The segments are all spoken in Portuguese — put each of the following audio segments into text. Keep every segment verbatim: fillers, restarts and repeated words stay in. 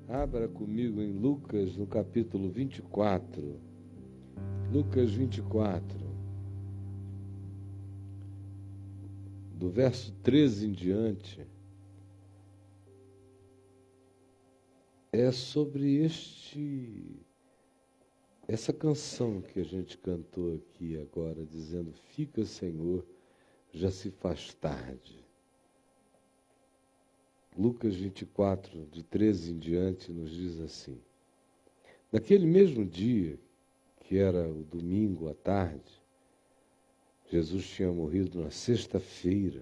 Abra comigo em Lucas, no capítulo vinte e quatro. Lucas vinte e quatro. Do verso treze em diante. É sobre este... essa canção que a gente cantou aqui agora, dizendo: fica, Senhor, já se faz tarde. Lucas vinte e quatro, de treze em diante, nos diz assim: naquele mesmo dia, que era o domingo à tarde, Jesus tinha morrido na sexta-feira,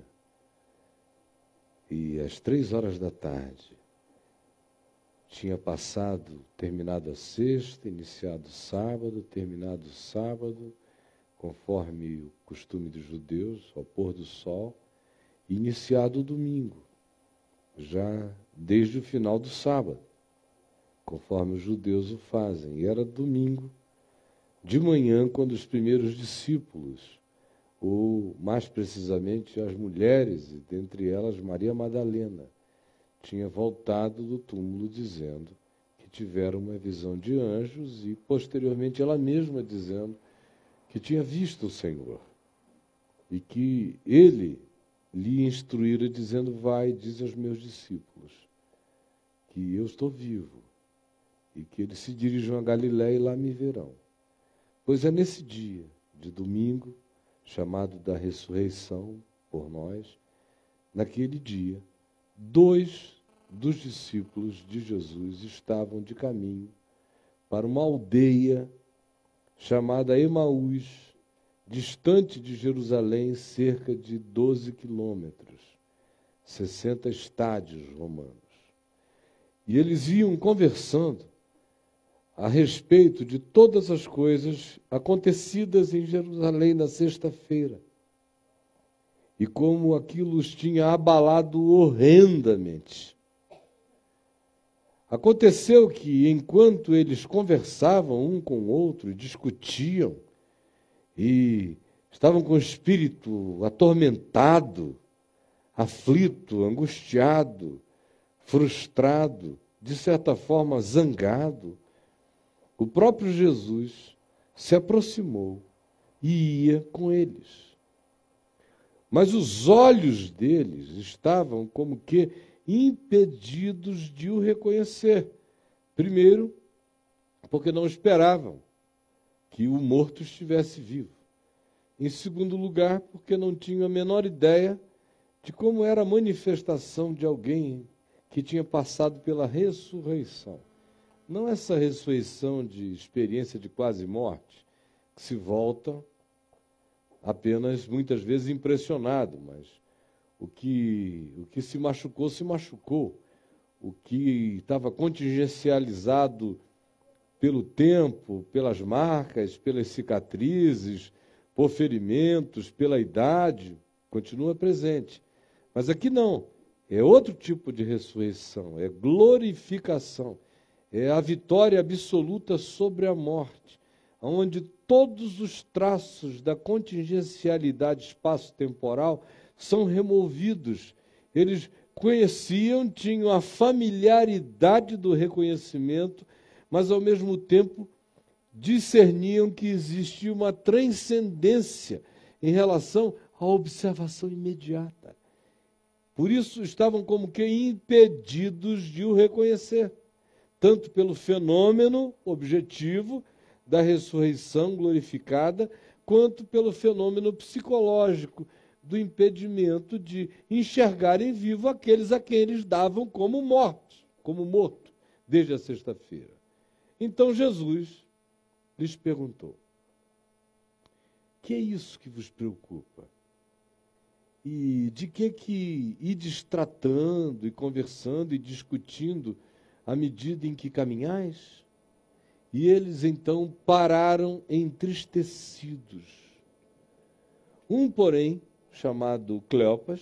e às três horas da tarde, tinha passado, terminado a sexta, iniciado o sábado, terminado o sábado, conforme o costume dos judeus, ao pôr do sol, e iniciado o domingo, já desde o final do sábado, conforme os judeus o fazem. E era domingo, de manhã, quando os primeiros discípulos, ou mais precisamente as mulheres, e dentre elas Maria Madalena, tinha voltado do túmulo dizendo que tiveram uma visão de anjos e, posteriormente, ela mesma dizendo que tinha visto o Senhor e que ele lhe instruíra dizendo: vai, diz aos meus discípulos que eu estou vivo e que eles se dirijam a Galiléia e lá me verão. Pois é nesse dia de domingo, chamado da ressurreição por nós, naquele dia, dois dos discípulos de Jesus estavam de caminho para uma aldeia chamada Emaús, distante de Jerusalém, cerca de doze quilômetros, sessenta estádios romanos. E eles iam conversando a respeito de todas as coisas acontecidas em Jerusalém na sexta-feira, e como aquilo os tinha abalado horrendamente. Aconteceu que, enquanto eles conversavam um com o outro e discutiam, e estavam com o espírito atormentado, aflito, angustiado, frustrado, de certa forma zangado, o próprio Jesus se aproximou e ia com eles. Mas os olhos deles estavam como que impedidos de o reconhecer. Primeiro, porque não esperavam que o morto estivesse vivo. Em segundo lugar, porque não tinham a menor ideia de como era a manifestação de alguém que tinha passado pela ressurreição. Não essa ressurreição de experiência de quase morte, que se volta apenas, muitas vezes, impressionado, mas o que, o que se machucou, se machucou. O que estava contingencializado pelo tempo, pelas marcas, pelas cicatrizes, por ferimentos, pela idade, continua presente. Mas aqui não, é outro tipo de ressurreição, é glorificação, é a vitória absoluta sobre a morte, onde todos os traços da contingencialidade espaço-temporal são removidos. Eles conheciam, tinham a familiaridade do reconhecimento, mas ao mesmo tempo discerniam que existia uma transcendência em relação à observação imediata. Por isso estavam como que impedidos de o reconhecer, tanto pelo fenômeno objetivo da ressurreição glorificada, quanto pelo fenômeno psicológico do impedimento de enxergarem vivo aqueles a quem eles davam como mortos, como morto, desde a sexta-feira. Então Jesus lhes perguntou: que é isso que vos preocupa? E de que que ides tratando e conversando e discutindo à medida em que caminhais? E eles então pararam entristecidos. Um, porém, chamado Cleopas,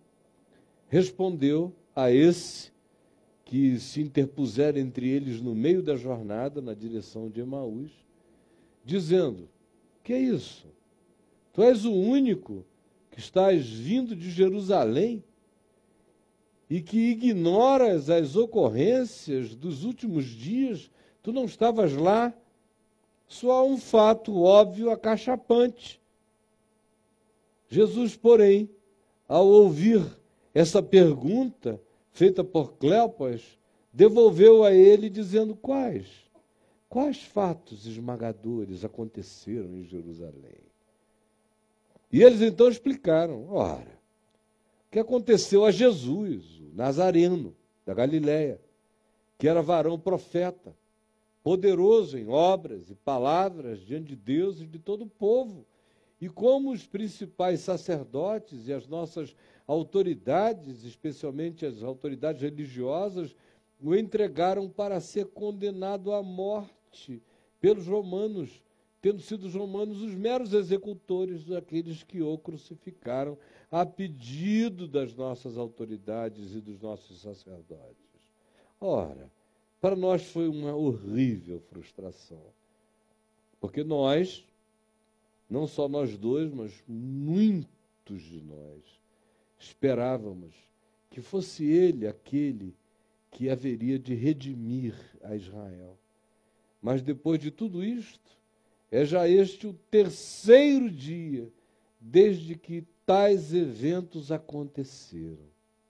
respondeu a esse que se interpusera entre eles no meio da jornada, na direção de Emaús, dizendo: que é isso? Tu és o único que estás vindo de Jerusalém e que ignoras as ocorrências dos últimos dias, tu não estavas lá. Só há um fato óbvio, acachapante. Jesus, porém, ao ouvir essa pergunta feita por Cleopas, devolveu a ele dizendo: quais? Quais fatos esmagadores aconteceram em Jerusalém? E eles então explicaram: ora, o que aconteceu a Jesus, o Nazareno, da Galiléia, que era varão profeta, poderoso em obras e palavras diante de Deus e de todo o povo, e como os principais sacerdotes e as nossas autoridades, especialmente as autoridades religiosas, o entregaram para ser condenado à morte pelos romanos, tendo sido os romanos os meros executores daqueles que o crucificaram a pedido das nossas autoridades e dos nossos sacerdotes. Ora, para nós foi uma horrível frustração, porque nós, não só nós dois, mas muitos de nós, esperávamos que fosse ele aquele que haveria de redimir a Israel. Mas depois de tudo isto, é já este o terceiro dia desde que tais eventos aconteceram.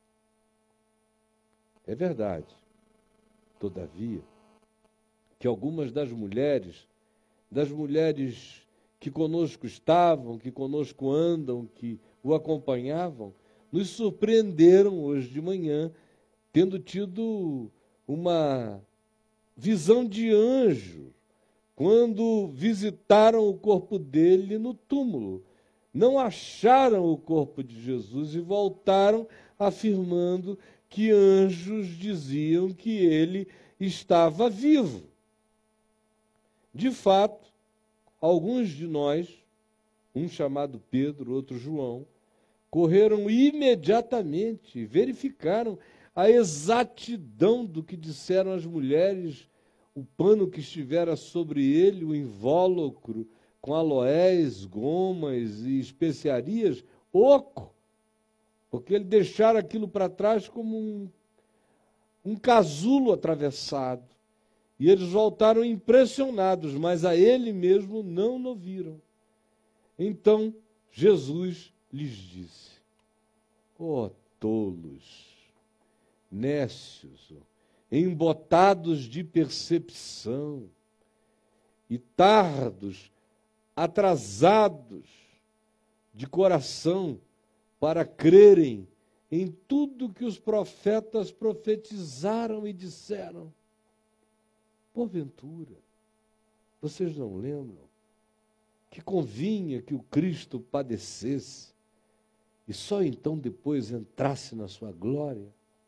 É verdade, todavia, que algumas das mulheres, das mulheres que conosco estavam, que conosco andam, que o acompanhavam, nos surpreenderam hoje de manhã, tendo tido uma visão de anjo, quando visitaram o corpo dele no túmulo. Não acharam o corpo de Jesus e voltaram afirmando que anjos diziam que ele estava vivo. De fato, alguns de nós, um chamado Pedro, outro João, correram imediatamente e verificaram a exatidão do que disseram as mulheres, o pano que estivera sobre ele, o invólucro, com aloés, gomas e especiarias, oco, porque ele deixara aquilo para trás como um, um casulo atravessado. E eles voltaram impressionados, mas a ele mesmo não o viram. Então Jesus lhes disse: ó tolos, nécios, embotados de percepção e tardos, atrasados de coração para crerem em tudo que os profetas profetizaram e disseram. Porventura, vocês não lembram que convinha que o Cristo padecesse e só então depois entrasse na sua glória?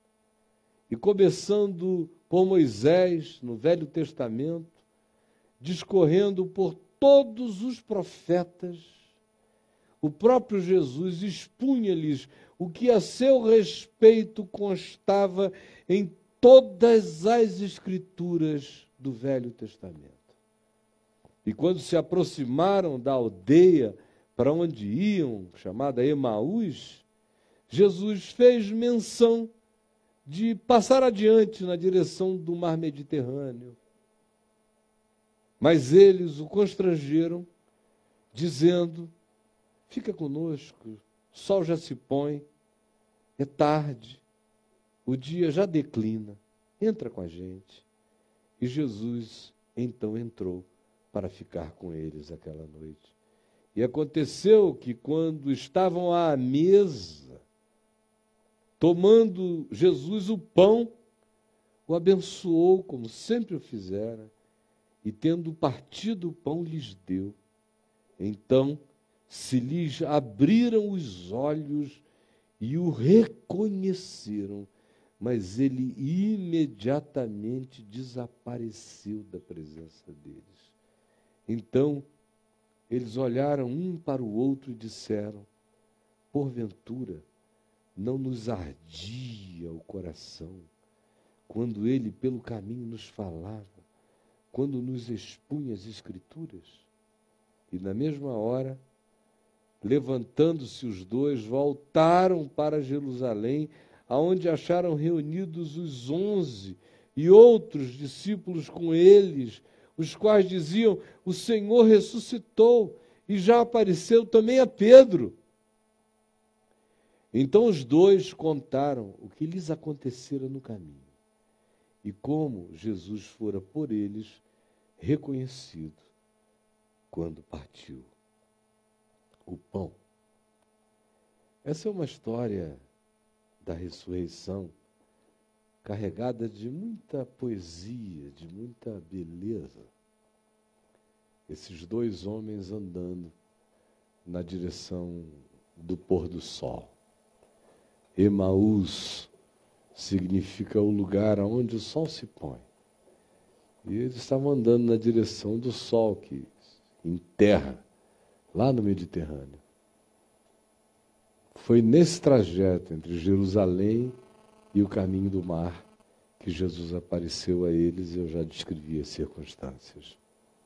E começando por Moisés, no Velho Testamento, discorrendo por todos os profetas, o próprio Jesus expunha-lhes o que a seu respeito constava em todas as Escrituras do Velho Testamento. E quando se aproximaram da aldeia para onde iam, chamada Emaús, Jesus fez menção de passar adiante na direção do mar Mediterrâneo. Mas eles o constrangeram, dizendo: fica conosco, o sol já se põe, é tarde, o dia já declina, entra com a gente. E Jesus então entrou para ficar com eles aquela noite. E aconteceu que quando estavam à mesa, tomando Jesus o pão, o abençoou, como sempre o fizera, e tendo partido o pão, lhes deu. Então se lhes abriram os olhos e o reconheceram, mas ele imediatamente desapareceu da presença deles. Então eles olharam um para o outro e disseram: porventura não nos ardia o coração quando ele pelo caminho nos falava, quando nos expunha as Escrituras? E na mesma hora, levantando-se os dois, voltaram para Jerusalém, aonde acharam reunidos os onze e outros discípulos com eles, os quais diziam: o Senhor ressuscitou e já apareceu também a Pedro. Então os dois contaram o que lhes acontecera no caminho e como Jesus fora por eles reconhecido quando partiu o pão. Essa é uma história da ressurreição carregada de muita poesia, de muita beleza. Esses dois homens andando na direção do pôr do sol. Emaús significa o lugar onde o sol se põe. E eles estavam andando na direção do sol que enterra lá no Mediterrâneo. Foi nesse trajeto entre Jerusalém e o caminho do mar que Jesus apareceu a eles, e eu já descrevi as circunstâncias.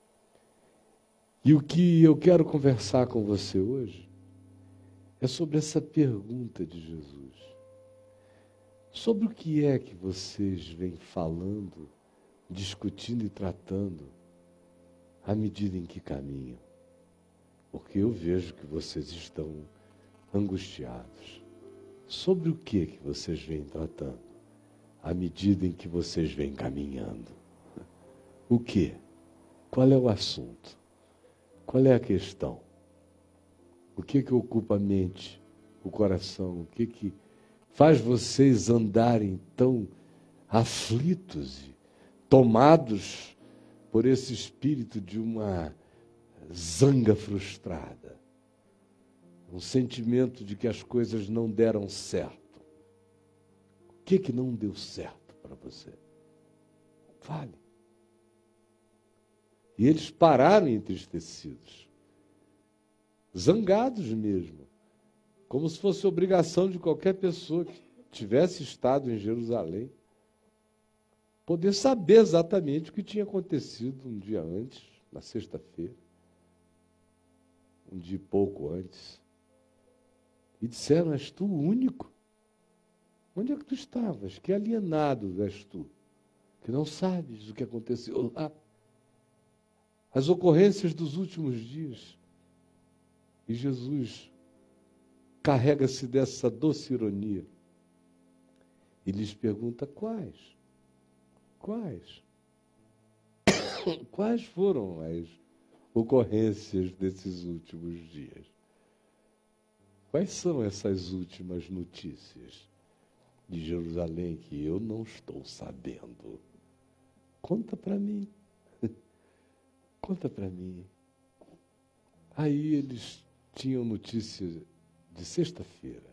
E o que eu quero conversar com você hoje é sobre essa pergunta de Jesus. Sobre o que é que vocês vêm falando, discutindo e tratando à medida em que caminham. Porque eu vejo que vocês estão angustiados. Sobre o que que vocês vêm tratando à medida em que vocês vêm caminhando? O que? Qual é o assunto? Qual é a questão? O que que ocupa a mente, o coração? O que que faz vocês andarem tão aflitos e tomados por esse espírito de uma zanga frustrada? Um sentimento de que as coisas não deram certo. O que que não deu certo para você? Fale. E eles pararam entristecidos, zangados mesmo, como se fosse obrigação de qualquer pessoa que tivesse estado em Jerusalém poder saber exatamente o que tinha acontecido um dia antes, na sexta-feira, um dia e pouco antes. E disseram: és tu o único? Onde é que tu estavas? Que alienado és tu, que não sabes o que aconteceu lá. As ocorrências dos últimos dias. E Jesus carrega-se dessa doce ironia e lhes pergunta: quais? Quais? Quais foram as ocorrências desses últimos dias? Quais são essas últimas notícias de Jerusalém que eu não estou sabendo? Conta para mim. Conta para mim. Aí eles tinham notícia de sexta-feira,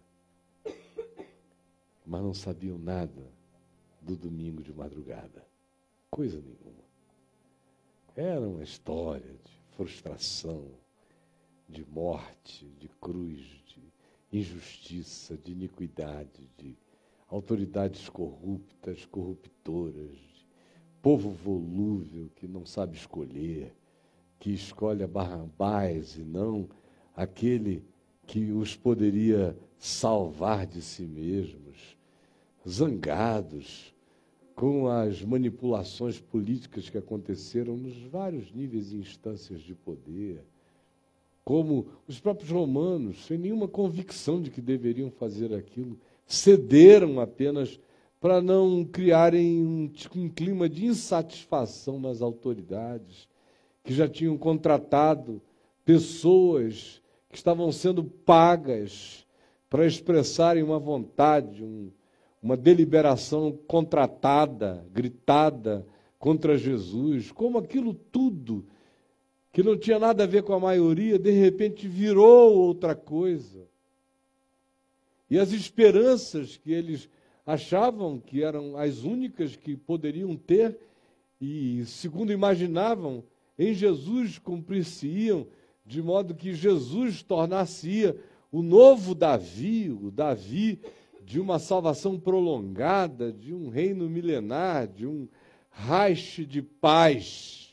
mas não sabiam nada do domingo de madrugada. Coisa nenhuma. Era uma história de frustração, de morte, de cruz, de injustiça, de iniquidade, de autoridades corruptas, corruptoras, de povo volúvel que não sabe escolher, que escolhe a Barrabás e não aquele que os poderia salvar de si mesmos, zangados com as manipulações políticas que aconteceram nos vários níveis e instâncias de poder, como os próprios romanos, sem nenhuma convicção de que deveriam fazer aquilo, cederam apenas para não criarem um, um clima de insatisfação nas autoridades, que já tinham contratado pessoas que estavam sendo pagas para expressarem uma vontade, um, uma deliberação contratada, gritada contra Jesus, como aquilo tudo, que não tinha nada a ver com a maioria, de repente virou outra coisa. E as esperanças que eles achavam que eram as únicas que poderiam ter, e segundo imaginavam, em Jesus cumprir-se-iam, de modo que Jesus tornar-se-ia o novo Davi, o Davi de uma salvação prolongada, de um reino milenar, de um Reich de paz,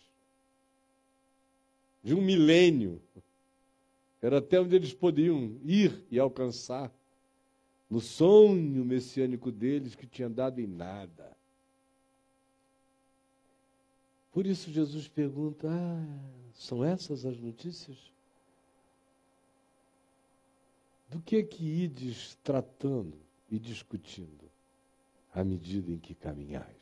de um milênio. Era até onde eles podiam ir e alcançar. no sonho messiânico deles que tinha dado em nada. Por isso Jesus pergunta, ah, são essas as notícias? Do que que ides tratando e discutindo à medida em que caminhais?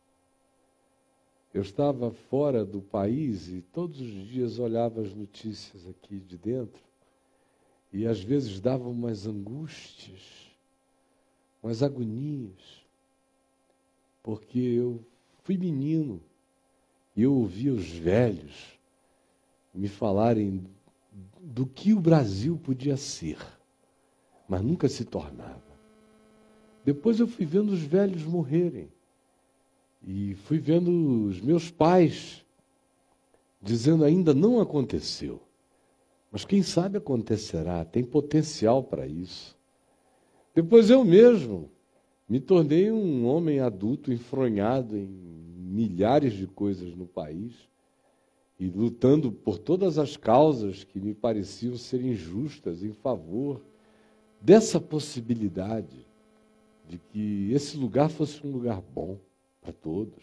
Eu estava fora do país e todos os dias olhava as notícias aqui de dentro e às vezes dava umas angústias, umas agonias, porque eu fui menino e eu ouvia os velhos me falarem do que o Brasil podia ser, mas nunca se tornava. Depois eu fui vendo os velhos morrerem. E fui vendo os meus pais dizendo ainda não aconteceu. Mas quem sabe acontecerá, tem potencial para isso. Depois eu mesmo me tornei um homem adulto, enfronhado em milhares de coisas no país e lutando por todas as causas que me pareciam ser injustas em favor dessa possibilidade de que esse lugar fosse um lugar bom para todos.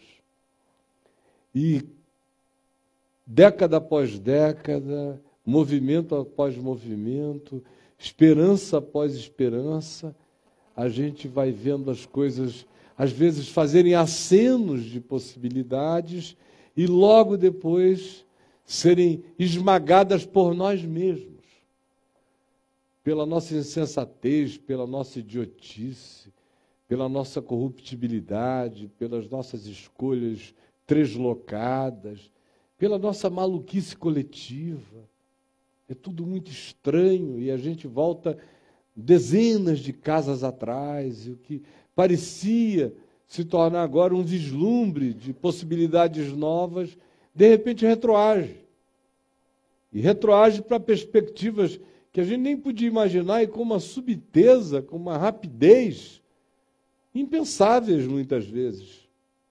E década após década, movimento após movimento, esperança após esperança, a gente vai vendo as coisas, às vezes, fazerem acenos de possibilidades e logo depois serem esmagadas por nós mesmos, pela nossa insensatez, pela nossa idiotice, pela nossa corruptibilidade, pelas nossas escolhas treslocadas, pela nossa maluquice coletiva. É tudo muito estranho e a gente volta dezenas de casas atrás, e o que parecia se tornar agora um vislumbre de possibilidades novas, de repente retroage. E retroage para perspectivas que a gente nem podia imaginar e com uma subtileza, com uma rapidez impensáveis muitas vezes.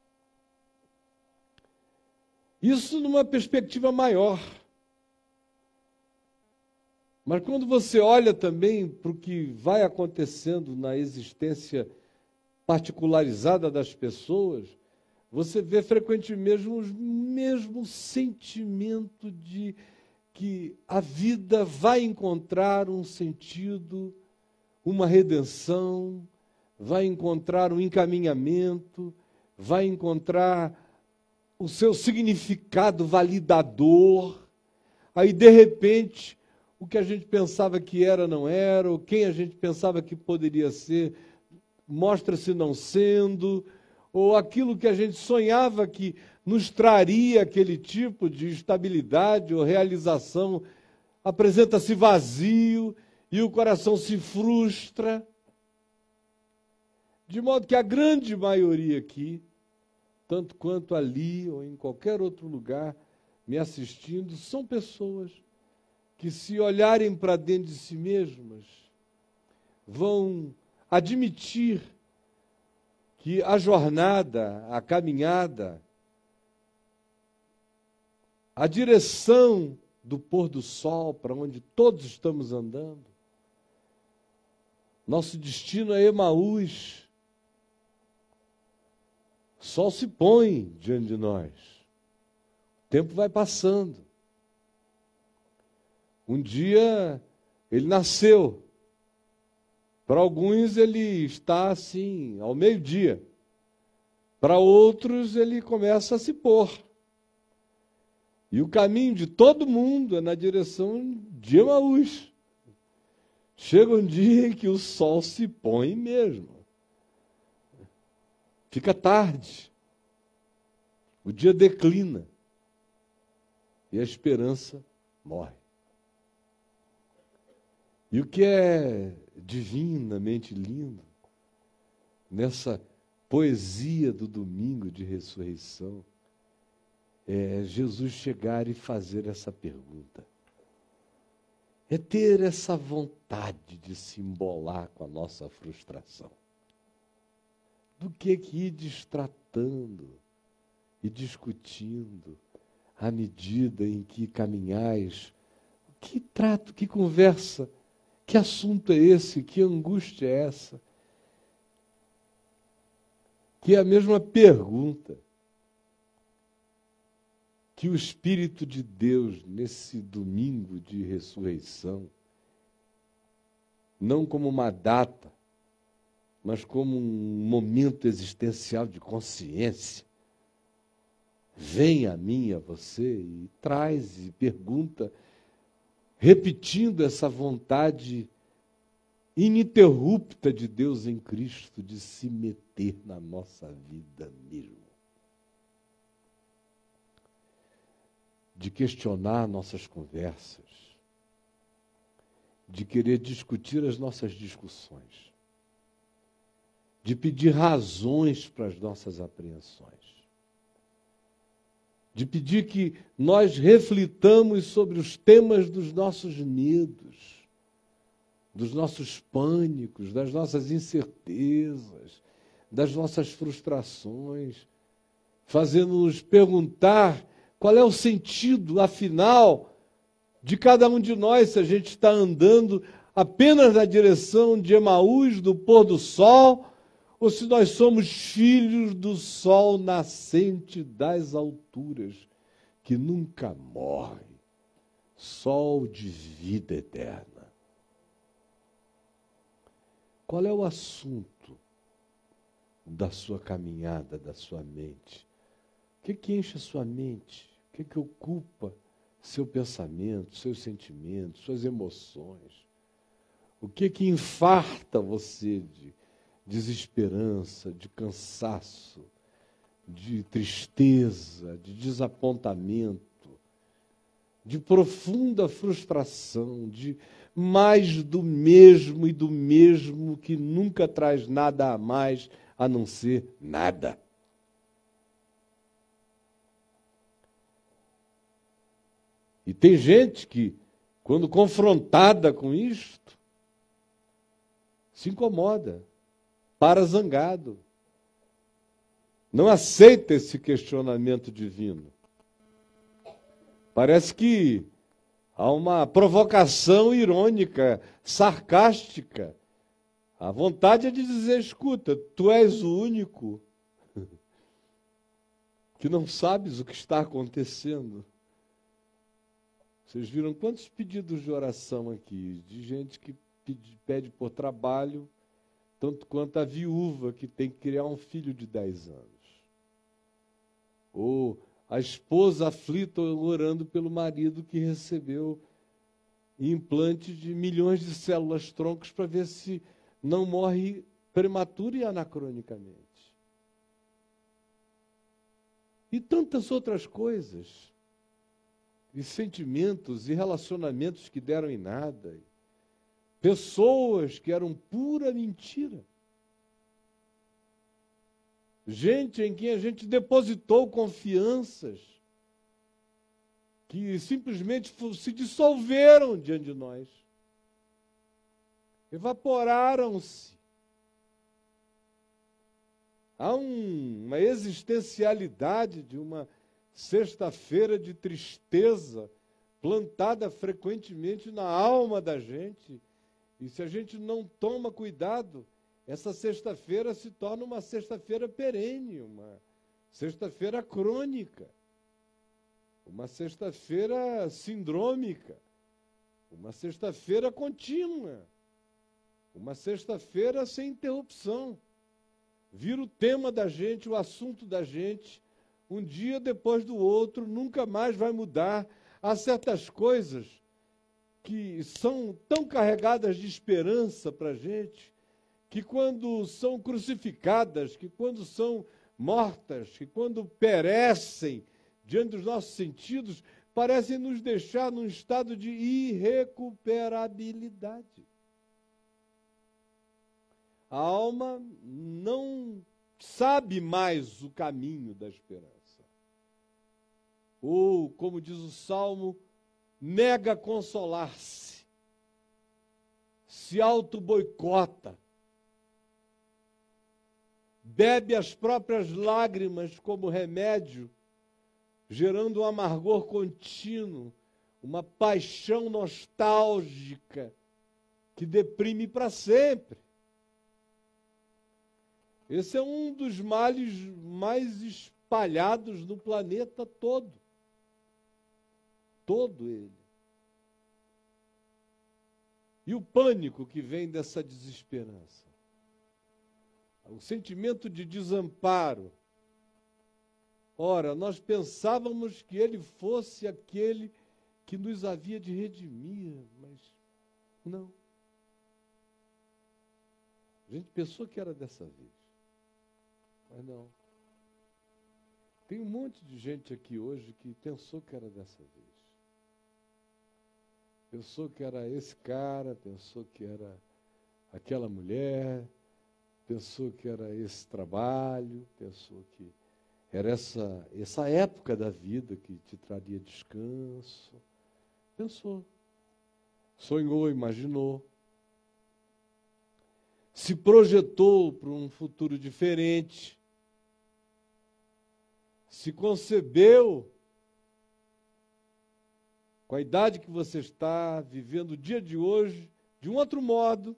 Isso numa perspectiva maior. Mas quando você olha também para o que vai acontecendo na existência particularizada das pessoas, você vê frequentemente o mesmo sentimento de que a vida vai encontrar um sentido, uma redenção, vai encontrar um encaminhamento, vai encontrar o seu significado validador. Aí, de repente, o que a gente pensava que era, não era, ou quem a gente pensava que poderia ser, mostra-se não sendo, ou aquilo que a gente sonhava que nos traria aquele tipo de estabilidade ou realização, apresenta-se vazio e o coração se frustra. De modo que a grande maioria aqui, tanto quanto ali ou em qualquer outro lugar, me assistindo, são pessoas que, se olharem para dentro de si mesmas, vão admitir que a jornada, a caminhada, a direção do pôr do sol para onde todos estamos andando, nosso destino é Emaús. O sol se põe diante de nós. O tempo vai passando. Um dia ele nasceu. Para alguns ele está assim, ao meio-dia. Para outros ele começa a se pôr. E o caminho de todo mundo é na direção de Emaús. Chega um dia em que o sol se põe mesmo. Fica tarde, o dia declina e a esperança morre. E o que é divinamente lindo nessa poesia do domingo de ressurreição é Jesus chegar e fazer essa pergunta. É ter essa vontade de se embolar com a nossa frustração. Do que que ides tratando e discutindo à medida em que caminhais? Que trato, que conversa, que assunto é esse, que angústia é essa que é a mesma pergunta que o Espírito de Deus, nesse domingo de ressurreição, não como uma data, mas como um momento existencial de consciência, vem a mim e a você e traz e pergunta, repetindo essa vontade ininterrupta de Deus em Cristo de se meter na nossa vida mesmo. De questionar nossas conversas, de querer discutir as nossas discussões, de pedir razões para as nossas apreensões, de pedir que nós reflitamos sobre os temas dos nossos medos, dos nossos pânicos, das nossas incertezas, das nossas frustrações, fazendo-nos perguntar qual é o sentido, afinal, de cada um de nós, se a gente está andando apenas na direção de Emaús, do pôr do sol, ou se nós somos filhos do sol nascente das alturas, que nunca morre, sol de vida eterna. Qual é o assunto da sua caminhada, da sua mente? O que, que enche a sua mente? O que, que ocupa seu pensamento, seus sentimentos, suas emoções? O que, que infarta você de desesperança, de cansaço, de tristeza, de desapontamento, de profunda frustração, de mais do mesmo e do mesmo que nunca traz nada a mais a não ser nada? E tem gente que, quando confrontada com isto, se incomoda, para zangado, não aceita esse questionamento divino. Parece que há uma provocação irônica, sarcástica. A vontade é de dizer, escuta, tu és o único que não sabes o que está acontecendo. Vocês viram quantos pedidos de oração aqui, de gente que pede, pede por trabalho, tanto quanto a viúva que tem que criar um filho de dez anos. Ou a esposa aflita orando pelo marido que recebeu implante de milhões de células troncos para ver se não morre prematura e anacronicamente. E tantas outras coisas. E sentimentos e relacionamentos que deram em nada. Pessoas que eram pura mentira. Gente em quem a gente depositou confianças que simplesmente se dissolveram diante de nós. Evaporaram-se. Há um, uma existencialidade de uma sexta-feira de tristeza plantada frequentemente na alma da gente. E se a gente não toma cuidado, essa sexta-feira se torna uma sexta-feira perene, uma sexta-feira crônica, uma sexta-feira sindrômica, uma sexta-feira contínua, uma sexta-feira sem interrupção. Vira o tema da gente, o assunto da gente, um dia depois do outro, nunca mais vai mudar. Há certas coisas que são tão carregadas de esperança para a gente, que quando são crucificadas, que quando são mortas, que quando perecem diante dos nossos sentidos, parecem nos deixar num estado de irrecuperabilidade. A alma não sabe mais o caminho da esperança. Ou, como diz o Salmo, nega consolar-se, se auto-boicota, bebe as próprias lágrimas como remédio, gerando um amargor contínuo, uma paixão nostálgica que deprime para sempre. Esse é um dos males mais espalhados no planeta todo. Todo ele. E o pânico que vem dessa desesperança. O sentimento de desamparo. Ora, nós pensávamos que ele fosse aquele que nos havia de redimir, mas não. A gente pensou que era dessa vez, mas não. Tem um monte de gente aqui hoje que pensou que era dessa vez. Pensou que era esse cara, pensou que era aquela mulher, pensou que era esse trabalho, pensou que era essa, essa época da vida que te traria descanso. Pensou, sonhou, imaginou, se projetou para um futuro diferente, se concebeu com a idade que você está, vivendo o dia de hoje de um outro modo.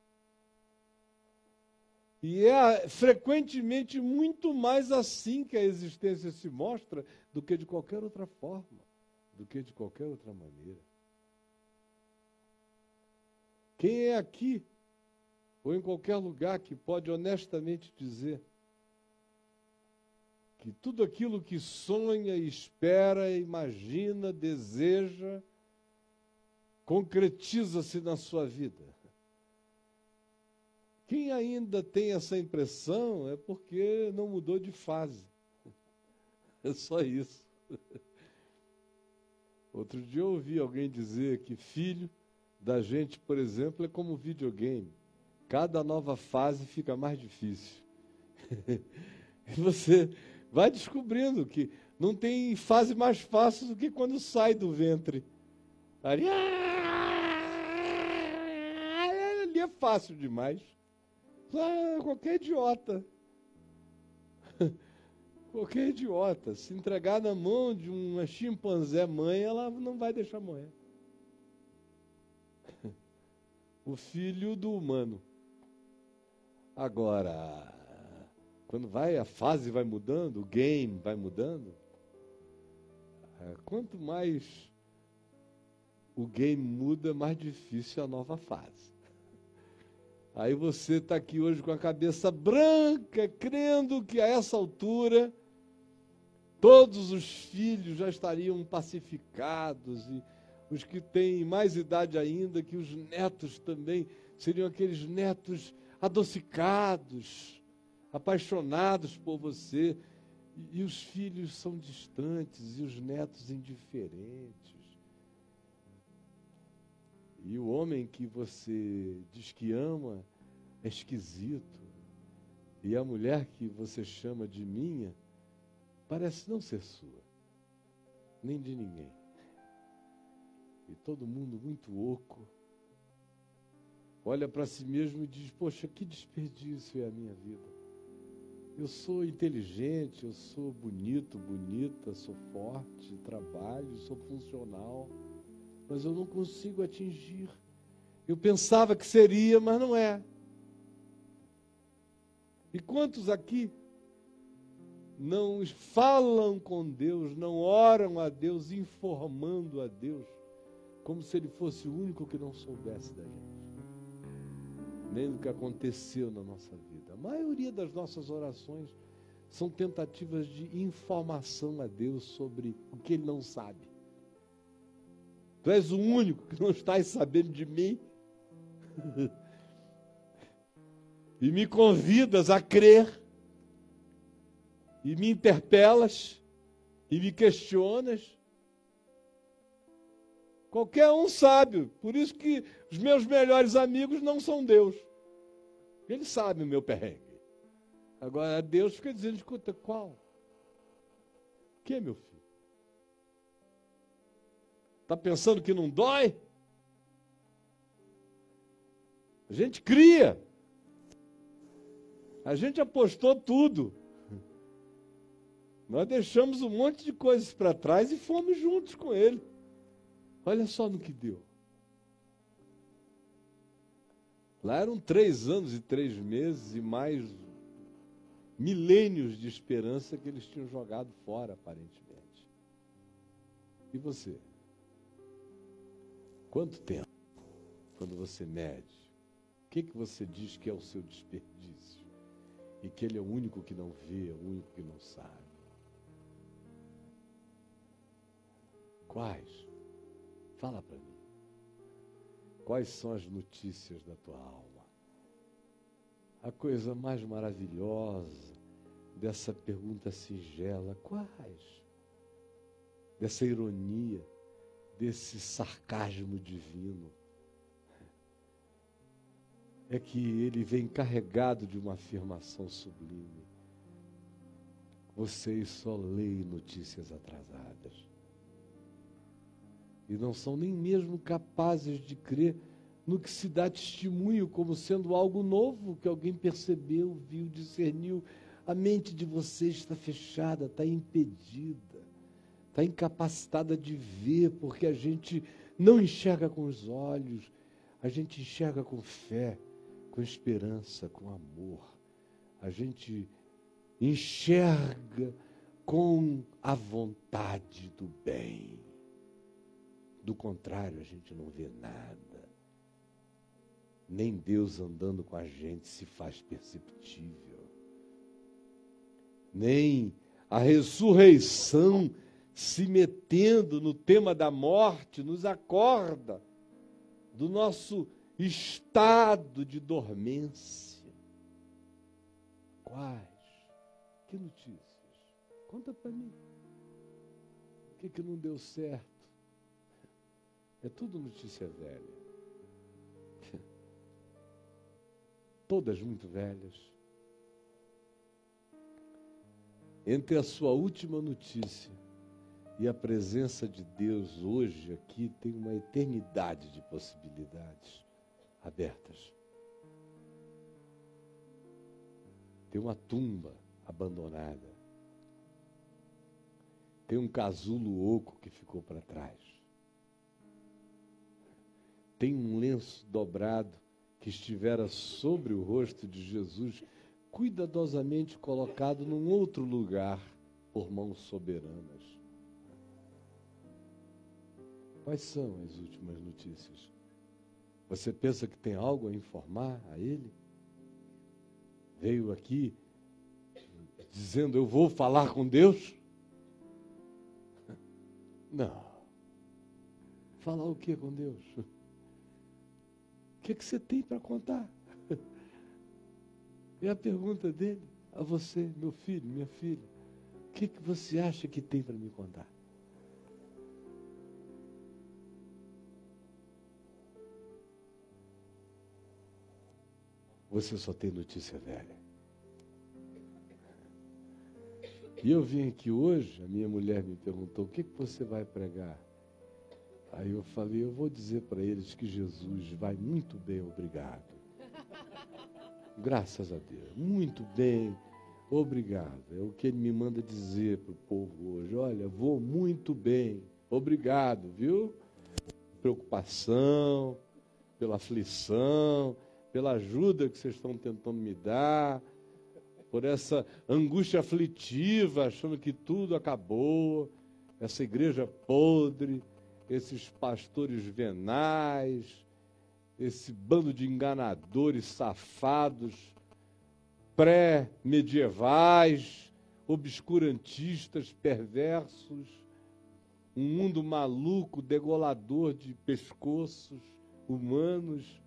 E é frequentemente muito mais assim que a existência se mostra do que de qualquer outra forma, do que de qualquer outra maneira. Quem é aqui, ou em qualquer lugar, que pode honestamente dizer que tudo aquilo que sonha, espera, imagina, deseja, concretiza-se na sua vida? Quem ainda tem essa impressão é porque não mudou de fase. É só isso. Outro dia eu ouvi alguém dizer que filho da gente, por exemplo, é como videogame. Cada nova fase fica mais difícil. E você vai descobrindo que não tem fase mais fácil do que quando sai do ventre. Ali, ali é fácil demais. Ah, qualquer idiota. Qualquer idiota. Se entregar na mão de uma chimpanzé mãe, ela não vai deixar morrer. O filho do humano. Agora, quando vai, a fase vai mudando, o game vai mudando, quanto mais o game muda, mais difícil é a nova fase. Aí você está aqui hoje com a cabeça branca, crendo que a essa altura todos os filhos já estariam pacificados e os que têm mais idade ainda, que os netos também seriam aqueles netos adocicados, apaixonados por você, e, e os filhos são distantes e os netos indiferentes. E o homem que você diz que ama é esquisito. E a mulher que você chama de minha parece não ser sua, nem de ninguém. E todo mundo muito oco. Olha para si mesmo e diz, poxa, que desperdício é a minha vida. Eu sou inteligente, eu sou bonito, bonita, sou forte, trabalho, sou funcional, mas eu não consigo atingir. Eu pensava que seria, mas não é. E quantos aqui não falam com Deus, não oram a Deus, informando a Deus, como se Ele fosse o único que não soubesse da gente, nem do que aconteceu na nossa vida. A maioria das nossas orações são tentativas de informação a Deus sobre o que Ele não sabe. Tu és o único que não estás sabendo de mim. E me convidas a crer. E me interpelas. E me questionas. Qualquer um sabe. Por isso que os meus melhores amigos não são Deus. Eles sabem o meu perrengue. Agora Deus fica dizendo, escuta, qual? O que, meu filho? Está pensando que não dói? A gente cria. A gente apostou tudo. Nós deixamos um monte de coisas para trás e fomos juntos com Ele. Olha só no que deu. Lá eram três anos e três meses e mais milênios de esperança que eles tinham jogado fora, aparentemente. E você? Quanto tempo, quando você mede, o que, que você diz que é o seu desperdício? E que ele é o único que não vê, o único que não sabe? Quais? Fala para mim. Quais são as notícias da tua alma? A coisa mais maravilhosa dessa pergunta singela, quais? Dessa ironia, desse sarcasmo divino, é que ele vem carregado de uma afirmação sublime. Vocês só leem notícias atrasadas. E não são nem mesmo capazes de crer no que se dá testemunho como sendo algo novo, que alguém percebeu, viu, discerniu. A mente de vocês está fechada, está impedida, está incapacitada de ver, porque a gente não enxerga com os olhos, a gente enxerga com fé, com esperança, com amor. A gente enxerga com a vontade do bem. Do contrário, a gente não vê nada. Nem Deus andando com a gente se faz perceptível. Nem a ressurreição se metendo no tema da morte nos acorda do nosso estado de dormência. Quais? Que notícias? Conta para mim. O que, que não deu certo? É tudo notícia velha. Todas muito velhas. Entre a sua última notícia e a presença de Deus hoje aqui, tem uma eternidade de possibilidades abertas. Tem uma tumba abandonada. Tem um casulo oco que ficou para trás. Tem um lenço dobrado que estivera sobre o rosto de Jesus, cuidadosamente colocado num outro lugar por mãos soberanas. Quais são as últimas notícias? Você pensa que tem algo a informar a ele? Veio aqui dizendo, eu vou falar com Deus? Não. Falar o que com Deus? O que, que você tem para contar? É a pergunta dele a você, meu filho, minha filha. O que, que você acha que tem para me contar? Você só tem notícia velha. E eu vim aqui hoje, a minha mulher me perguntou, o que, que você vai pregar? Aí eu falei, eu vou dizer para eles que Jesus vai muito bem, obrigado. Graças a Deus, muito bem, obrigado. É o que ele me manda dizer para o povo hoje. Olha, vou muito bem, obrigado, viu? Preocupação, pela aflição, pela ajuda que vocês estão tentando me dar, por essa angústia aflitiva, achando que tudo acabou, essa igreja podre, esses pastores venais, esse bando de enganadores safados, pré-medievais, obscurantistas, perversos, um mundo maluco, degolador de pescoços humanos,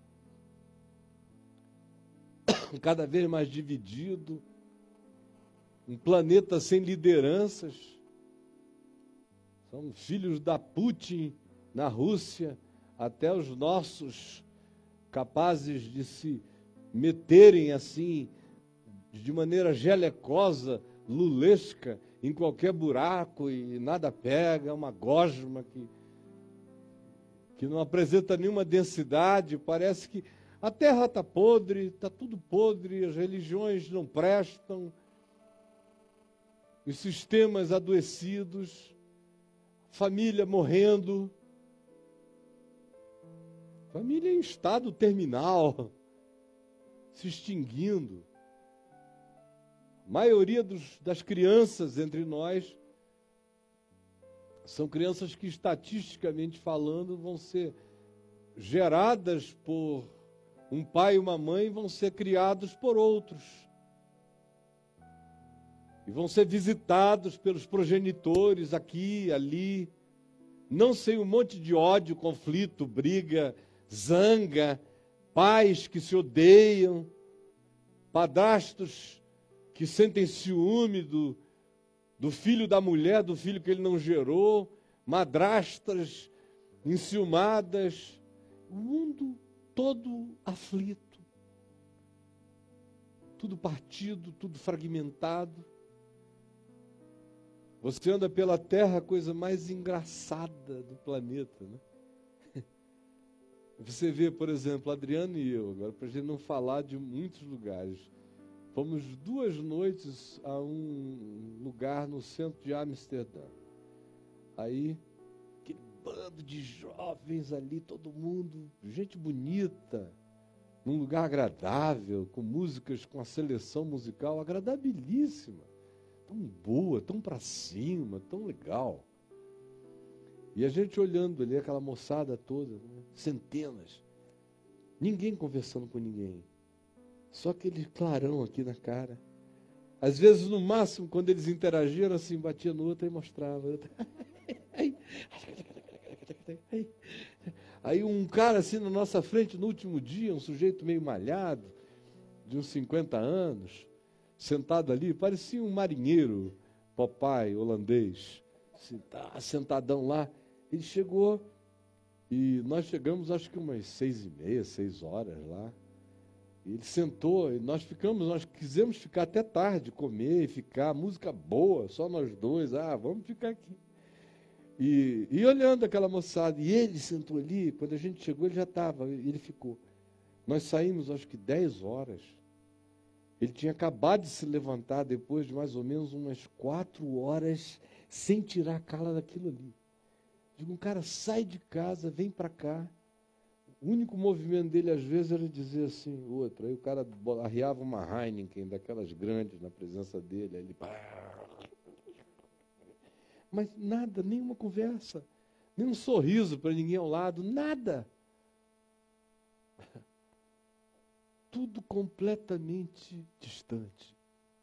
cada vez mais dividido, um planeta sem lideranças. São filhos da Putin na Rússia, até os nossos capazes de se meterem assim, de maneira gelecosa, lulesca, em qualquer buraco e nada pega, é uma gosma que, que não apresenta nenhuma densidade, parece que a terra está podre, está tudo podre, as religiões não prestam, os sistemas adoecidos, família morrendo, família em estado terminal, se extinguindo. maioria dos, das crianças entre nós são crianças que, estatisticamente falando, vão ser geradas por um pai e uma mãe, vão ser criados por outros. E vão ser visitados pelos progenitores aqui, ali. Não sem um monte de ódio, conflito, briga, zanga, pais que se odeiam, padrastos que sentem ciúme do, do filho da mulher, do filho que ele não gerou, madrastas enciumadas, o mundo todo aflito, tudo partido, tudo fragmentado. Você anda pela Terra, a coisa mais engraçada do planeta, né? Você vê, por exemplo, Adriano e eu, agora para a gente não falar de muitos lugares, fomos duas noites a um lugar no centro de Amsterdã. Aí, aquele bando de jovens ali, todo mundo, gente bonita, num lugar agradável, com músicas, com a seleção musical agradabilíssima, tão boa, tão para cima, tão legal. E a gente olhando ali, aquela moçada toda, né? Centenas, ninguém conversando com ninguém, só aquele clarão aqui na cara. Às vezes, no máximo, quando eles interagiam, assim, batia no outro e mostrava. Aí um cara assim na nossa frente, no último dia, um sujeito meio malhado, de uns cinquenta anos, sentado ali, parecia um marinheiro, papai, holandês, sentadão lá. Ele chegou e nós chegamos, acho que umas seis e meia, seis horas lá. Ele sentou e nós ficamos, nós quisemos ficar até tarde, comer e ficar, música boa, só nós dois, ah, vamos ficar aqui. E, e olhando aquela moçada, e ele sentou ali, quando a gente chegou ele já estava, ele ficou. Nós saímos acho que dez horas, ele tinha acabado de se levantar depois de mais ou menos umas quatro horas, sem tirar a cara daquilo ali. Digo, um cara sai de casa, vem para cá, o único movimento dele às vezes era dizer assim, outro, aí o cara arriava uma Heineken, daquelas grandes na presença dele, aí ele... Mas nada, nenhuma conversa, nenhum sorriso para ninguém ao lado, nada. Tudo completamente distante.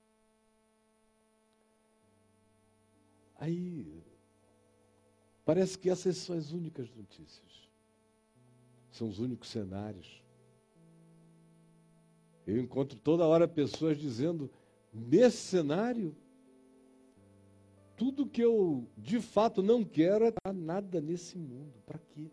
Aí, parece que essas são as únicas notícias. São os únicos cenários. Eu encontro toda hora pessoas dizendo, nesse cenário, tudo que eu de fato não quero é estar nada nesse mundo. Para quê?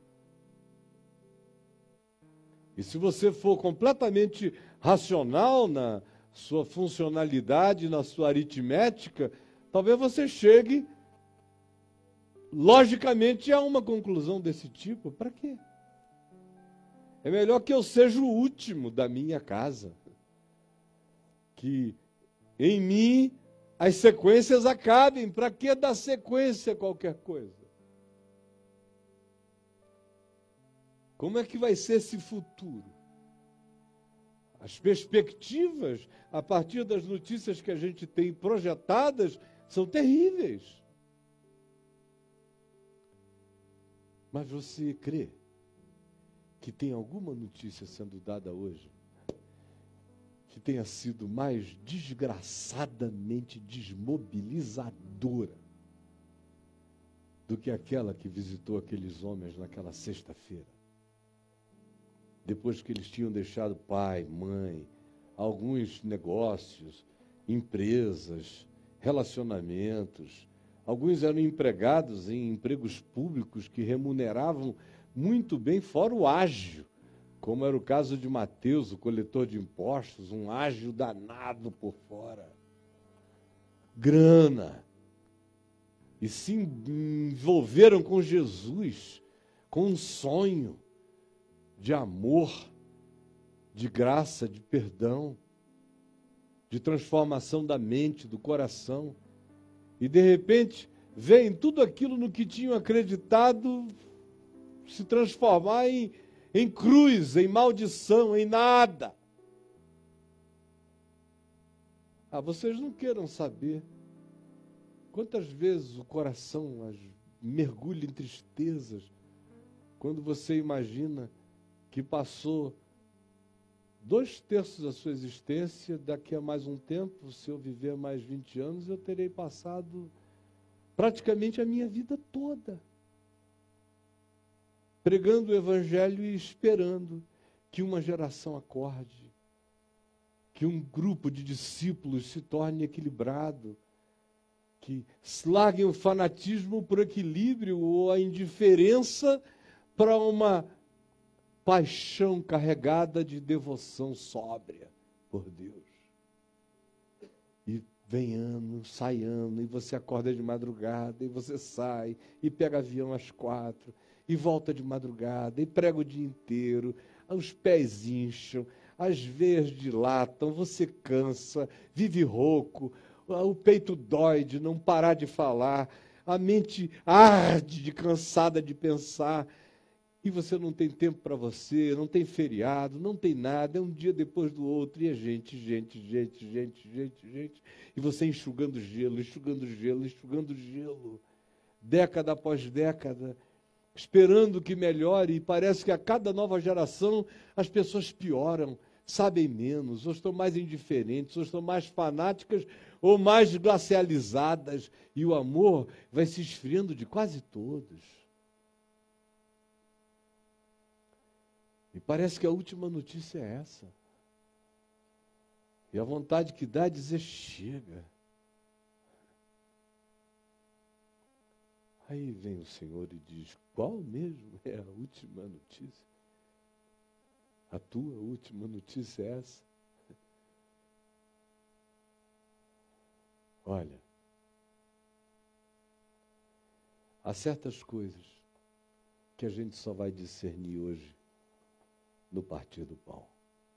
E se você for completamente racional na sua funcionalidade, na sua aritmética, talvez você chegue, logicamente, a uma conclusão desse tipo. Para quê? É melhor que eu seja o último da minha casa. Que em mim as sequências acabem. Para que dar sequência a qualquer coisa? Como é que vai ser esse futuro? As perspectivas, a partir das notícias que a gente tem projetadas, são terríveis. Mas você crê que tem alguma notícia sendo dada hoje que tenha sido mais desgraçadamente desmobilizadora do que aquela que visitou aqueles homens naquela sexta-feira? Depois que eles tinham deixado pai, mãe, alguns negócios, empresas, relacionamentos, alguns eram empregados em empregos públicos que remuneravam muito bem, fora o ágio, como era o caso de Mateus, o coletor de impostos, um ágio danado por fora. Grana. E se envolveram com Jesus, com um sonho de amor, de graça, de perdão, de transformação da mente, do coração. E, de repente, vem tudo aquilo no que tinham acreditado se transformar em, em cruz, em maldição, em nada. Ah, vocês não queiram saber quantas vezes o coração as mergulha em tristezas quando você imagina que passou dois terços da sua existência, daqui a mais um tempo, se eu viver mais vinte anos, eu terei passado praticamente a minha vida toda pregando o Evangelho e esperando que uma geração acorde, que um grupo de discípulos se torne equilibrado, que larguem o fanatismo por equilíbrio ou a indiferença para uma paixão carregada de devoção sóbria por Deus. E vem ano, sai ano, e você acorda de madrugada, e você sai, e pega avião às quatro, e volta de madrugada, e prega o dia inteiro, os pés incham, as veias dilatam, você cansa, vive rouco, o peito dói de não parar de falar, a mente arde de cansada de pensar, e você não tem tempo para você, não tem feriado, não tem nada, é um dia depois do outro, e é gente, gente, gente, gente, gente, gente, e você enxugando gelo, enxugando gelo, enxugando gelo, década após década, esperando que melhore, e parece que a cada nova geração as pessoas pioram, sabem menos, ou estão mais indiferentes, ou estão mais fanáticas, ou mais glacializadas, e o amor vai se esfriando de quase todos. E parece que a última notícia é essa. E a vontade que dá é dizer, chega. Aí vem o Senhor e diz, qual mesmo é a última notícia? A tua última notícia é essa? Olha, há certas coisas que a gente só vai discernir hoje no partir do pão.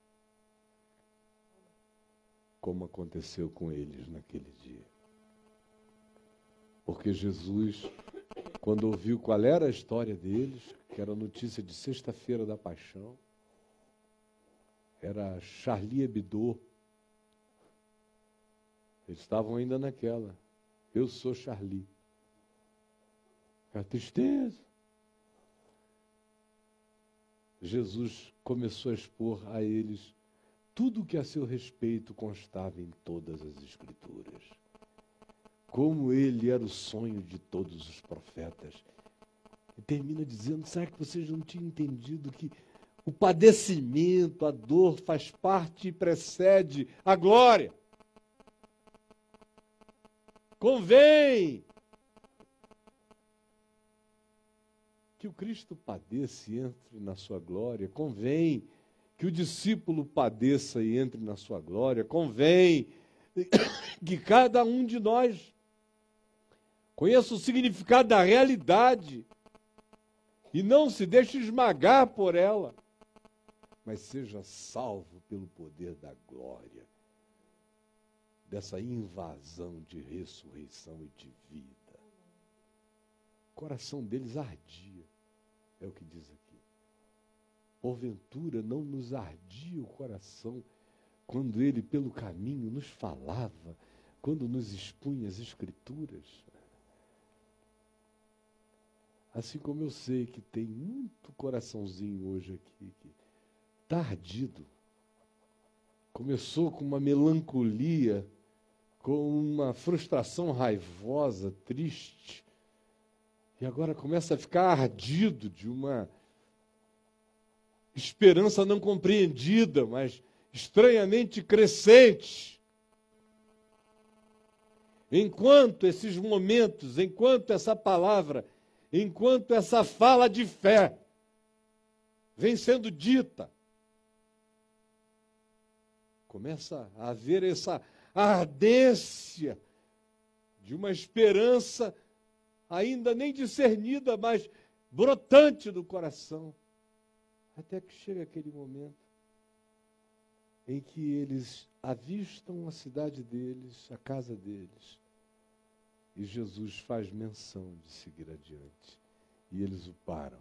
Como aconteceu com eles naquele dia. Porque Jesus, quando ouviu qual era a história deles, que era a notícia de sexta-feira da paixão, era Charlie Hebdo, eles estavam ainda naquela, eu sou Charlie. A tristeza. Jesus começou a expor a eles tudo o que a seu respeito constava em todas as Escrituras. Como ele era o sonho de todos os profetas. E termina dizendo, será que vocês não tinham entendido que o padecimento, a dor faz parte e precede a glória? Convém que o Cristo padeça e entre na sua glória, convém que o discípulo padeça e entre na sua glória, convém que cada um de nós conheça o significado da realidade e não se deixe esmagar por ela, mas seja salvo pelo poder da glória, dessa invasão de ressurreição e de vida. O coração deles ardia, é o que diz aqui. Porventura não nos ardia o coração quando ele pelo caminho nos falava, quando nos expunha as Escrituras? Assim como eu sei que tem muito coraçãozinho hoje aqui, que está ardido. Começou com uma melancolia, com uma frustração raivosa, triste, e agora começa a ficar ardido de uma esperança não compreendida, mas estranhamente crescente. Enquanto esses momentos, enquanto essa palavra, enquanto essa fala de fé vem sendo dita, começa a haver essa ardência de uma esperança ainda nem discernida, mas brotante do coração. Até que chega aquele momento em que eles avistam a cidade deles, a casa deles, e Jesus faz menção de seguir adiante. E eles o param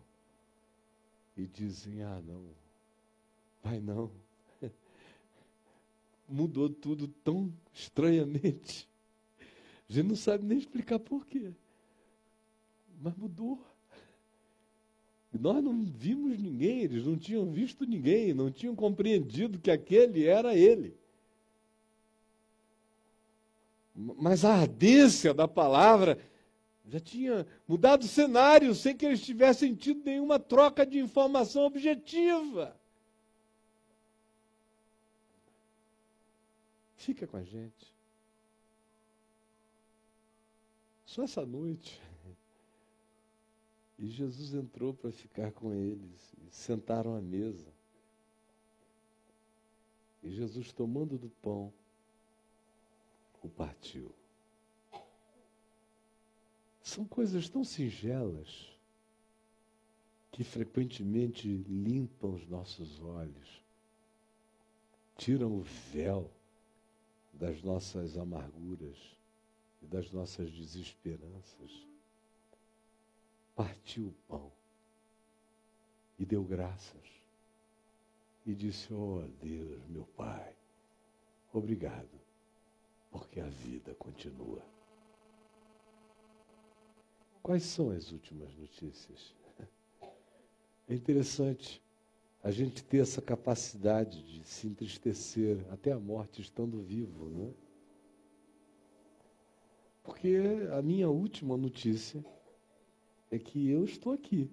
e dizem, ah não, vai não, mudou tudo tão estranhamente. A gente não sabe nem explicar por quê. Mas mudou. E nós não vimos ninguém, eles não tinham visto ninguém, não tinham compreendido que aquele era ele. Mas a ardência da palavra já tinha mudado o cenário sem que eles tivessem tido nenhuma troca de informação objetiva. Fica com a gente. Só essa noite. E Jesus entrou para ficar com eles. E sentaram à mesa. E Jesus, tomando do pão, o partiu. São coisas tão singelas que frequentemente limpam os nossos olhos, tiram o véu das nossas amarguras e das nossas desesperanças. Partiu o pão e deu graças e disse: ó Deus, meu Pai, obrigado, porque a vida continua. Quais são as últimas notícias? É interessante a gente ter essa capacidade de se entristecer até a morte estando vivo, não é? Porque a minha última notícia é que eu estou aqui.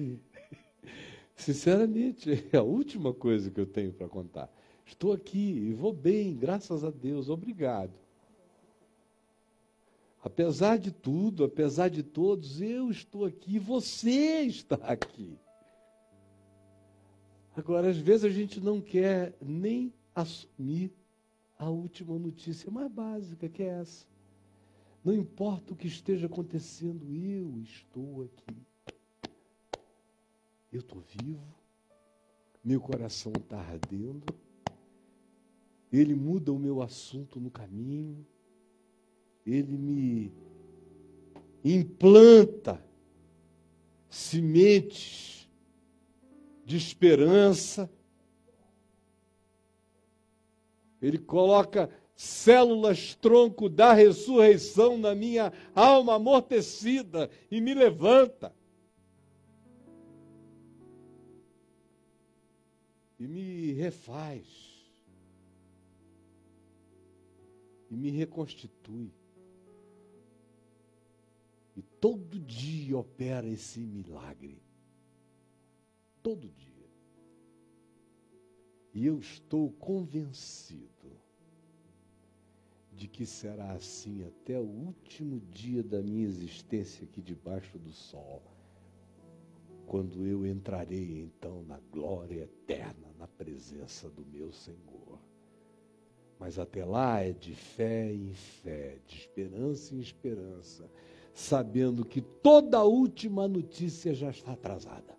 Sinceramente, é a última coisa que eu tenho para contar. Estou aqui e vou bem, graças a Deus, obrigado. Apesar de tudo, apesar de todos, eu estou aqui, você está aqui. Agora, às vezes a gente não quer nem assumir a última notícia mais básica, que é essa. Não importa o que esteja acontecendo, eu estou aqui. Eu estou vivo, meu coração está ardendo, ele muda o meu assunto no caminho, ele me implanta sementes de esperança, ele coloca células tronco da ressurreição na minha alma amortecida e me levanta. E me refaz. E me reconstitui. E todo dia opera esse milagre. Todo dia. E eu estou convencido de que será assim até o último dia da minha existência aqui debaixo do sol, quando eu entrarei então na glória eterna, na presença do meu Senhor. Mas até lá é de fé em fé, de esperança em esperança, sabendo que toda a última notícia já está atrasada.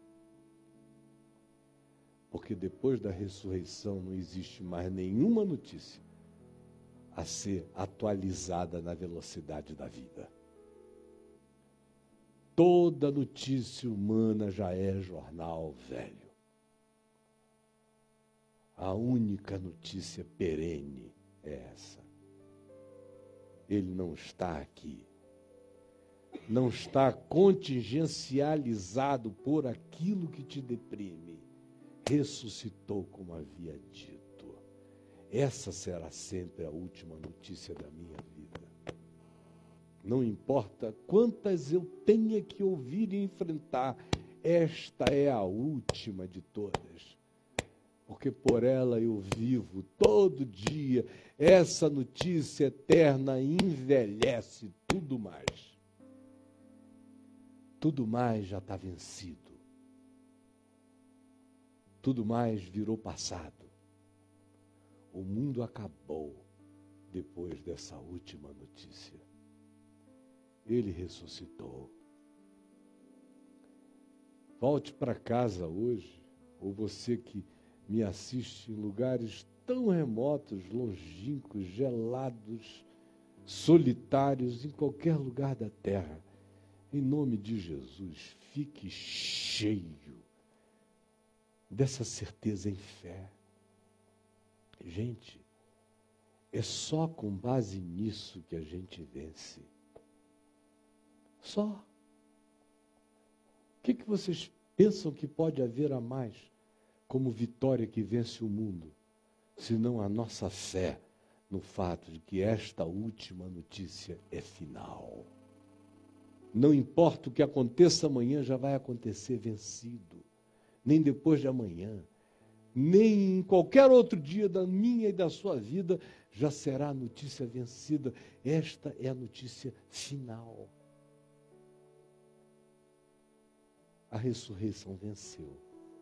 Porque depois da ressurreição não existe mais nenhuma notícia a ser atualizada na velocidade da vida. Toda notícia humana já é jornal velho. A única notícia perene é essa. Ele não está aqui. Não está contingencializado por aquilo que te deprime. Ressuscitou, como havia dito. Essa será sempre a última notícia da minha vida. Não importa quantas eu tenha que ouvir e enfrentar, esta é a última de todas. Porque por ela eu vivo todo dia. Essa notícia eterna envelhece tudo mais. Tudo mais já está vencido. Tudo mais virou passado. O mundo acabou depois dessa última notícia. Ele ressuscitou. Volte para casa hoje, ou você que me assiste em lugares tão remotos, longínquos, gelados, solitários, em qualquer lugar da terra. Em nome de Jesus, fique cheio dessa certeza em fé. Gente, É só com base nisso que a gente vence. Só. O que, que vocês pensam que pode haver a mais como vitória que vence o mundo, senão a nossa fé no fato de que esta última notícia é final? Não importa o que aconteça amanhã, já vai acontecer vencido. Nem depois de amanhã, nem em qualquer outro dia da minha e da sua vida, já será a notícia vencida. Esta é a notícia final. A ressurreição venceu.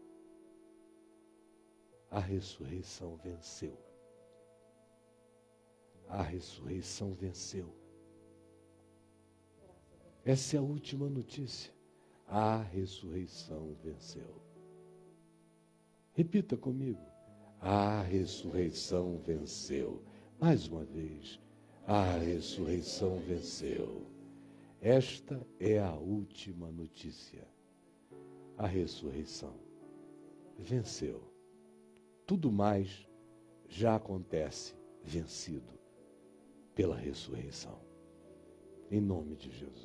A ressurreição venceu. A ressurreição venceu. Essa é a última notícia. A ressurreição venceu. Repita comigo. A ressurreição venceu. Mais uma vez. A ressurreição venceu. Esta é a última notícia. A ressurreição venceu. Tudo mais já acontece vencido pela ressurreição. Em nome de Jesus.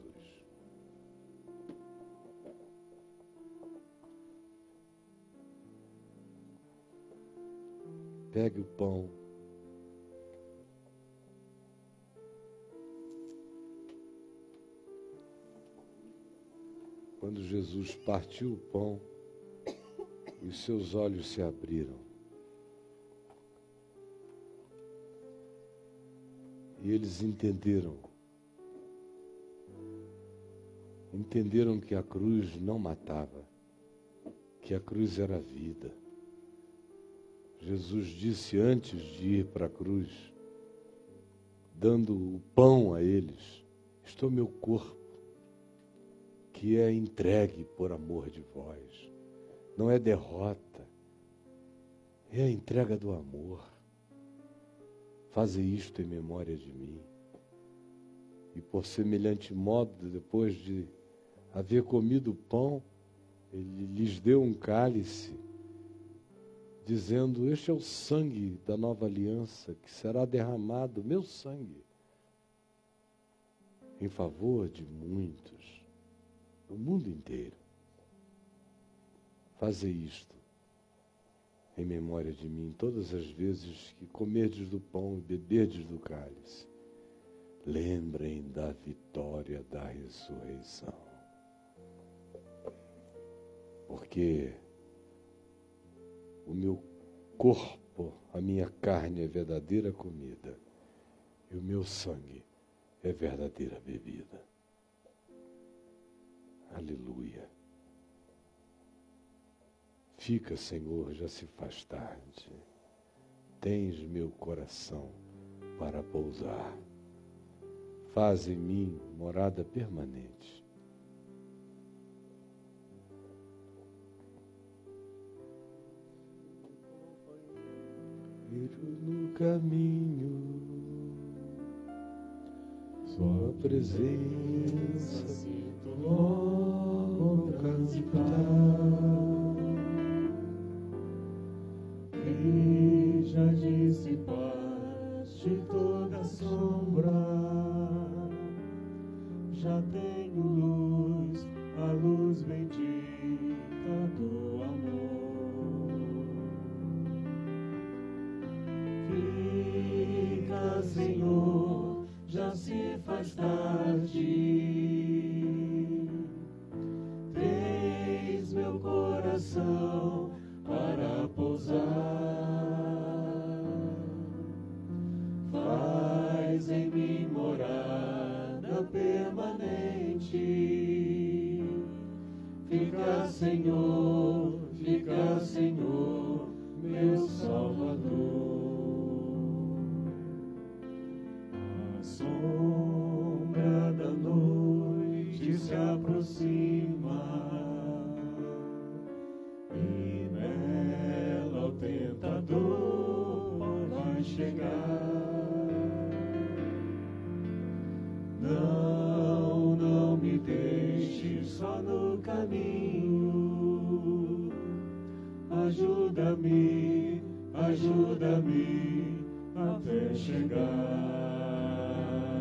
Pegue o pão. Quando Jesus partiu o pão, os seus olhos se abriram. E eles entenderam. Entenderam que a cruz não matava, que a cruz era vida. Jesus disse antes de ir para a cruz, dando o pão a eles: "Este é o meu corpo, que é entregue por amor de vós." Não é derrota, é a entrega do amor. Faze isto em memória de mim. E por semelhante modo, depois de haver comido o pão, ele lhes deu um cálice, dizendo: "Este é o sangue da nova aliança, que será derramado, meu sangue, em favor de muitos, do mundo inteiro. Faze isto em memória de mim todas as vezes que comerdes do pão e beberdes do cálice. Lembrem da vitória da ressurreição." Porque o meu corpo, a minha carne é verdadeira comida, e o meu sangue é verdadeira bebida. Aleluia. Fica, Senhor, já se faz tarde. Tens meu coração para pousar. Faz em mim morada permanente. No caminho, sua presença sinto logo cantar. E já dissipaste toda sombra, já tenho luz, a luz bendita do amor. Fica, Senhor, já se faz tarde. Tens meu coração para pousar. Faz em mim morada permanente. Fica, Senhor, fica, Senhor, meu Salvador. A sombra da noite se aproxima, e nela o tentador vai chegar. Não, não me deixe só no caminho. Ajuda-me, ajuda-me, até chegar.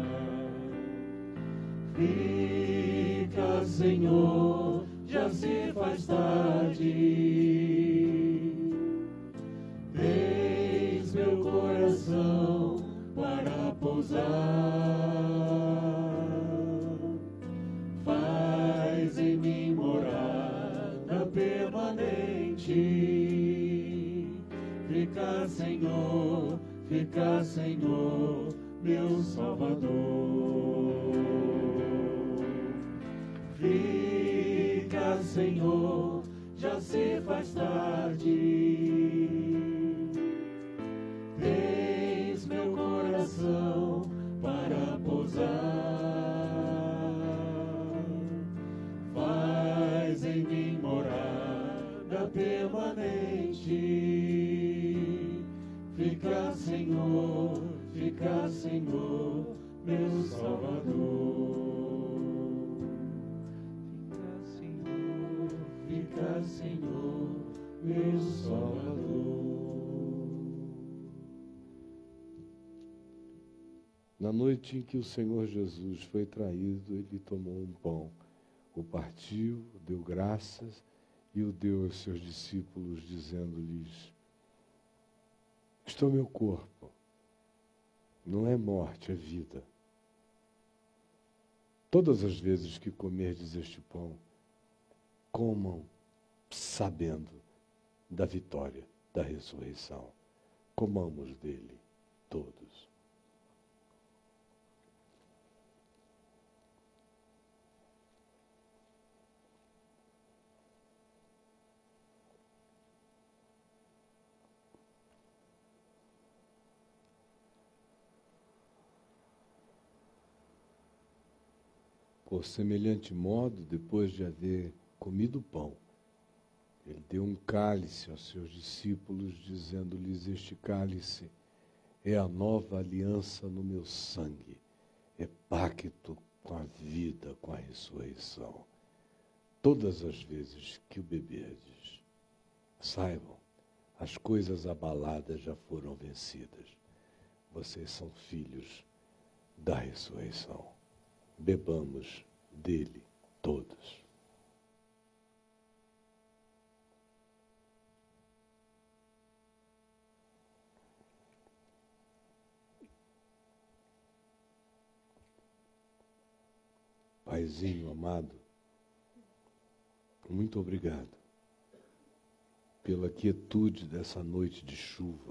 Fica, Senhor, já se faz tarde. Eis meu coração para pousar. Faz em mim morada permanente. Fica, Senhor, fica, Senhor, meu Salvador. Fica, Senhor, já se faz tarde. Tens meu coração para pousar. Faz em mim morada permanente. Fica, Senhor, fica, Senhor, meu Salvador. Fica, Senhor, meu Salvador. Na noite em que o Senhor Jesus foi traído, ele tomou um pão, o partiu, deu graças e o deu aos seus discípulos, dizendo-lhes: isto é o meu corpo, não é morte, é vida. Todas as vezes que comerdes este pão, comam sabendo da vitória, da ressurreição. Comamos dele todos. Por semelhante modo, depois de haver comido o pão, ele deu um cálice aos seus discípulos, dizendo-lhes: este cálice é a nova aliança no meu sangue, é pacto com a vida, com a ressurreição. Todas as vezes que o beberdes, saibam, as coisas abaladas já foram vencidas. Vocês são filhos da ressurreição. Bebamos dele todos. Paizinho amado, muito obrigado pela quietude dessa noite de chuva,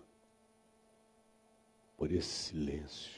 por esse silêncio,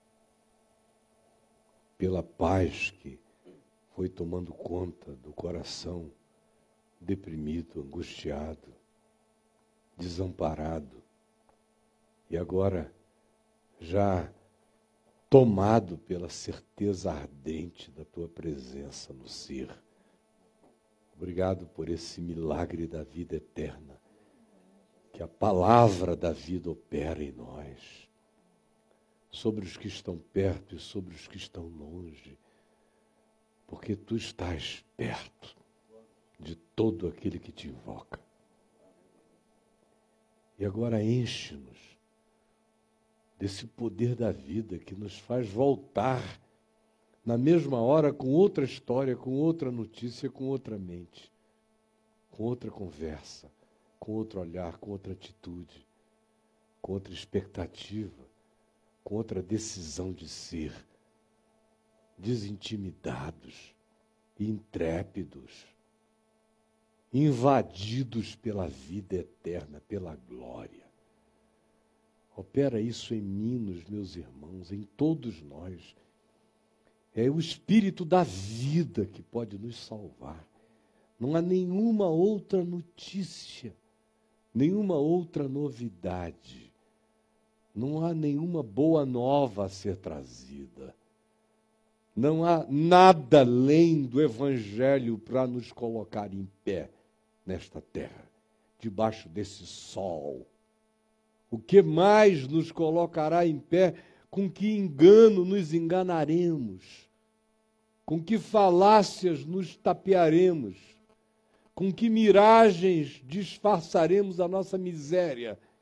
pela paz que foi tomando conta do coração deprimido, angustiado, desamparado, e agora já tomado pela certeza ardente da tua presença no ser. Obrigado por esse milagre da vida eterna, que a palavra da vida opera em nós, sobre os que estão perto e sobre os que estão longe, porque tu estás perto de todo aquele que te invoca. E agora enche-nos desse poder da vida que nos faz voltar na mesma hora com outra história, com outra notícia, com outra mente, com outra conversa, com outro olhar, com outra atitude, com outra expectativa, com outra decisão de ser, desintimidados, intrépidos, invadidos pela vida eterna, pela glória. Opera isso em mim, nos meus irmãos, em todos nós. É o Espírito da vida que pode nos salvar. Não há nenhuma outra notícia, nenhuma outra novidade. Não há nenhuma boa nova a ser trazida. Não há nada além do Evangelho para nos colocar em pé nesta terra, debaixo desse sol. O que mais nos colocará em pé? Com que engano nos enganaremos? Com que falácias nos tapearemos? Com que miragens disfarçaremos a nossa miséria?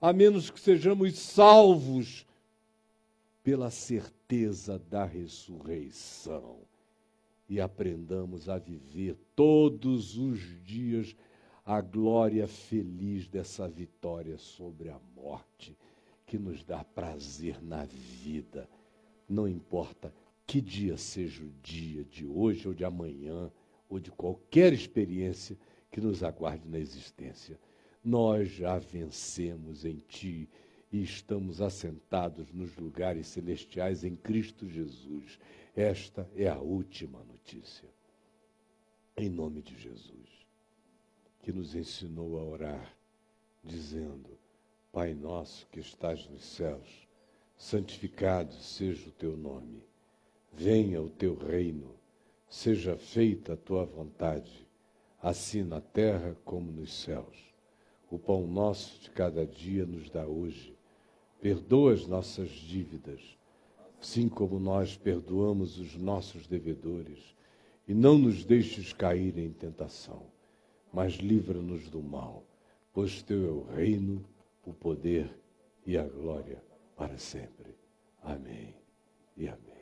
a menos que sejamos salvos pela certeza da ressurreição e aprendamos a viver todos os dias a glória feliz dessa vitória sobre a morte, que nos dá prazer na vida. Não importa que dia seja o dia, de hoje ou de amanhã, ou de qualquer experiência que nos aguarde na existência. Nós já vencemos em Ti e estamos assentados nos lugares celestiais em Cristo Jesus. Esta é a última notícia. Em nome de Jesus, que nos ensinou a orar, dizendo: Pai nosso que estás nos céus, santificado seja o Teu nome. Venha o Teu reino, seja feita a Tua vontade, assim na terra como nos céus. O pão nosso de cada dia nos dá hoje. Perdoa as nossas dívidas, assim como nós perdoamos os nossos devedores. E não nos deixes cair em tentação, mas livra-nos do mal, pois Teu é o reino, o poder e a glória para sempre. Amém e amém.